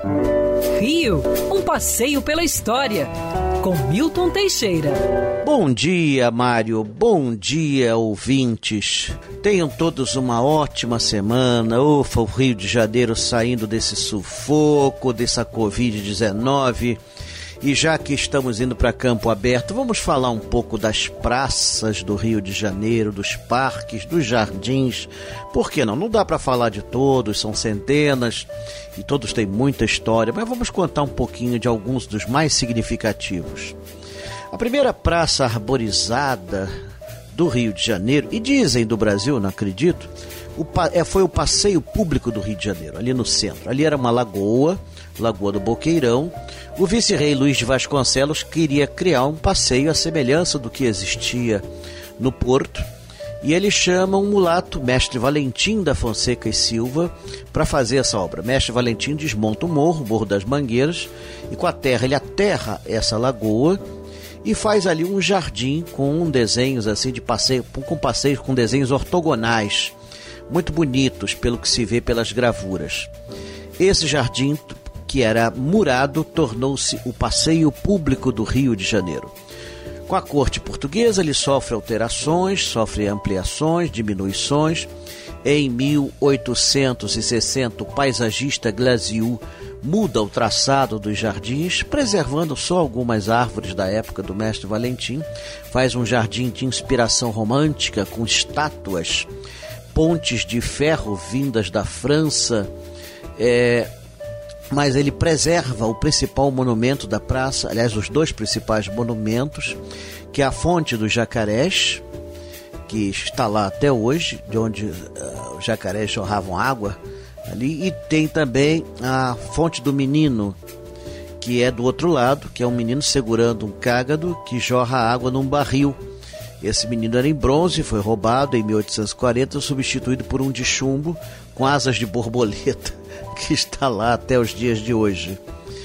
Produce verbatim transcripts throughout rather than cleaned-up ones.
Rio, um passeio pela história, com Milton Teixeira. Bom dia, Mário. Bom dia, ouvintes. Tenham todos uma ótima semana. Ufa, o Rio de Janeiro saindo desse sufoco, dessa covid dezenove. E já que estamos indo para Campo Aberto, vamos falar um pouco das praças do Rio de Janeiro, dos parques, dos jardins. Por que não? Não dá para falar de todos, são centenas e todos têm muita história, mas vamos contar um pouquinho de alguns dos mais significativos. A primeira praça arborizada do Rio de Janeiro, e dizem do Brasil, não acredito, o, é, foi o Passeio Público do Rio de Janeiro, ali no centro. Ali era uma lagoa, Lagoa do Boqueirão. O vice-rei Luiz de Vasconcelos queria criar um passeio à semelhança do que existia no Porto, e ele chama um mulato, mestre Valentim da Fonseca e Silva, para fazer essa obra. Mestre Valentim desmonta o morro, o Morro das Mangueiras, e com a terra ele aterra essa lagoa e faz ali um jardim com desenhos assim de passeio, com passeios com desenhos ortogonais, muito bonitos pelo que se vê pelas gravuras. Esse jardim, que era murado, tornou-se o Passeio Público do Rio de Janeiro. Com a corte portuguesa, ele sofre alterações, sofre ampliações, diminuições. Em mil oitocentos e sessenta, o paisagista Glasiou muda o traçado dos jardins, preservando só algumas árvores da época do mestre Valentim. Faz um jardim de inspiração romântica, com estátuas, pontes de ferro vindas da França, é... mas ele preserva o principal monumento da praça, aliás, os dois principais monumentos, que é a Fonte dos Jacarés, que está lá até hoje, de onde uh, os jacarés jorravam água ali, e tem também a Fonte do Menino, que é do outro lado, que é um menino segurando um cágado que jorra água num barril. Esse menino era em bronze, foi roubado em mil oitocentos e quarenta, substituído por um de chumbo com asas de borboleta, que está lá até os dias de hoje.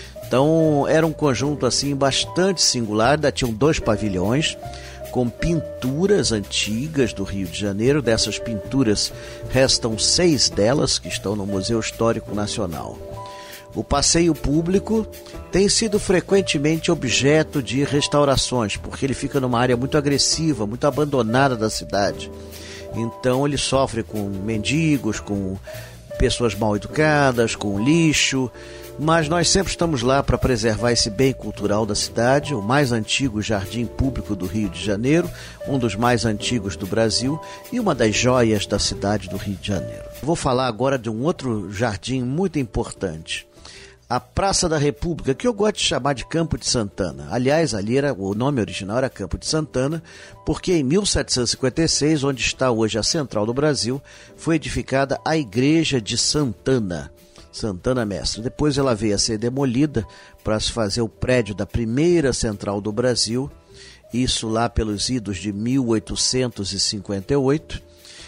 Então era um conjunto assim bastante singular. Ainda tinham dois pavilhões com pinturas antigas do Rio de Janeiro. Dessas pinturas restam seis delas que estão no Museu Histórico Nacional. O passeio público tem sido frequentemente objeto de restaurações, porque ele fica numa área muito agressiva, muito abandonada da cidade. Então ele sofre com mendigos, com pessoas mal educadas, com lixo, mas nós sempre estamos lá para preservar esse bem cultural da cidade, o mais antigo jardim público do Rio de Janeiro, um dos mais antigos do Brasil e uma das joias da cidade do Rio de Janeiro. Vou falar agora de um outro jardim muito importante, a Praça da República, que eu gosto de chamar de Campo de Santana. Aliás, ali era, o nome original era Campo de Santana, porque em mil setecentos e cinquenta e seis, onde está hoje a Central do Brasil, foi edificada a Igreja de Santana, Santana Mestre. Depois ela veio a ser demolida para se fazer o prédio da primeira Central do Brasil, isso lá pelos idos de mil oitocentos e cinquenta e oito,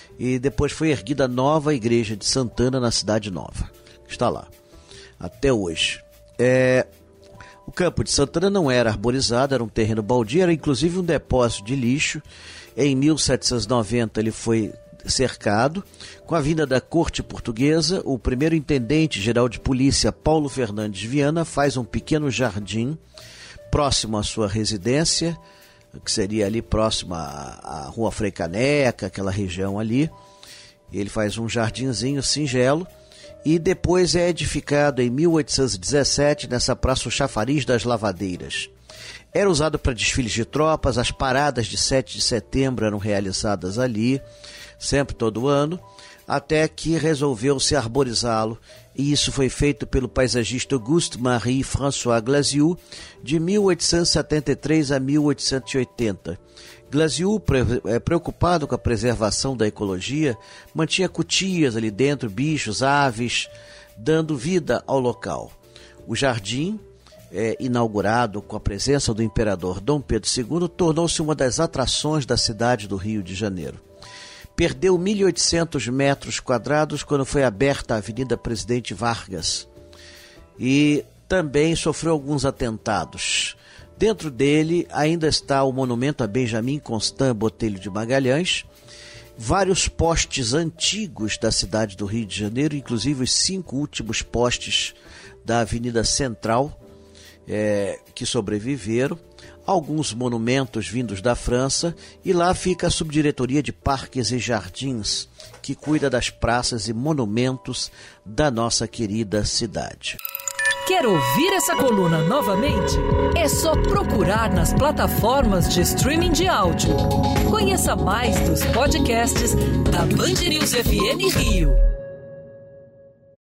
e depois foi erguida a nova Igreja de Santana na Cidade Nova, que está lá até hoje. É, o Campo de Santana não era arborizado, era um terreno baldio, era inclusive um depósito de lixo. Em mil setecentos e noventa ele foi cercado. Com a vinda da corte portuguesa, o primeiro intendente-geral de polícia, Paulo Fernandes Viana, faz um pequeno jardim próximo à sua residência, que seria ali próximo à, à Rua Frei Caneca, aquela região ali. Ele faz um jardinzinho singelo, e depois é edificado em mil oitocentos e dezessete nessa praça o Chafariz das Lavadeiras. Era usado para desfiles de tropas, as paradas de sete de setembro eram realizadas ali, sempre todo ano, até que resolveu-se arborizá-lo, e isso foi feito pelo paisagista Auguste-Marie François Glasiou, de mil oitocentos e setenta e três a mil oitocentos e oitenta. Glasiou, preocupado com a preservação da ecologia, mantinha cutias ali dentro, bichos, aves, dando vida ao local. O jardim, é, inaugurado com a presença do imperador Dom Pedro segundo, tornou-se uma das atrações da cidade do Rio de Janeiro. Perdeu mil e oitocentos metros quadrados quando foi aberta a Avenida Presidente Vargas, e também sofreu alguns atentados. Dentro dele ainda está o monumento a Benjamin Constant Botelho de Magalhães, vários postes antigos da cidade do Rio de Janeiro, inclusive os cinco últimos postes da Avenida Central, é, que sobreviveram, alguns monumentos vindos da França, e lá fica a Subdiretoria de Parques e Jardins, que cuida das praças e monumentos da nossa querida cidade. Quer ouvir essa coluna novamente? É só procurar nas plataformas de streaming de áudio. Conheça mais dos podcasts da Band News F M Rio.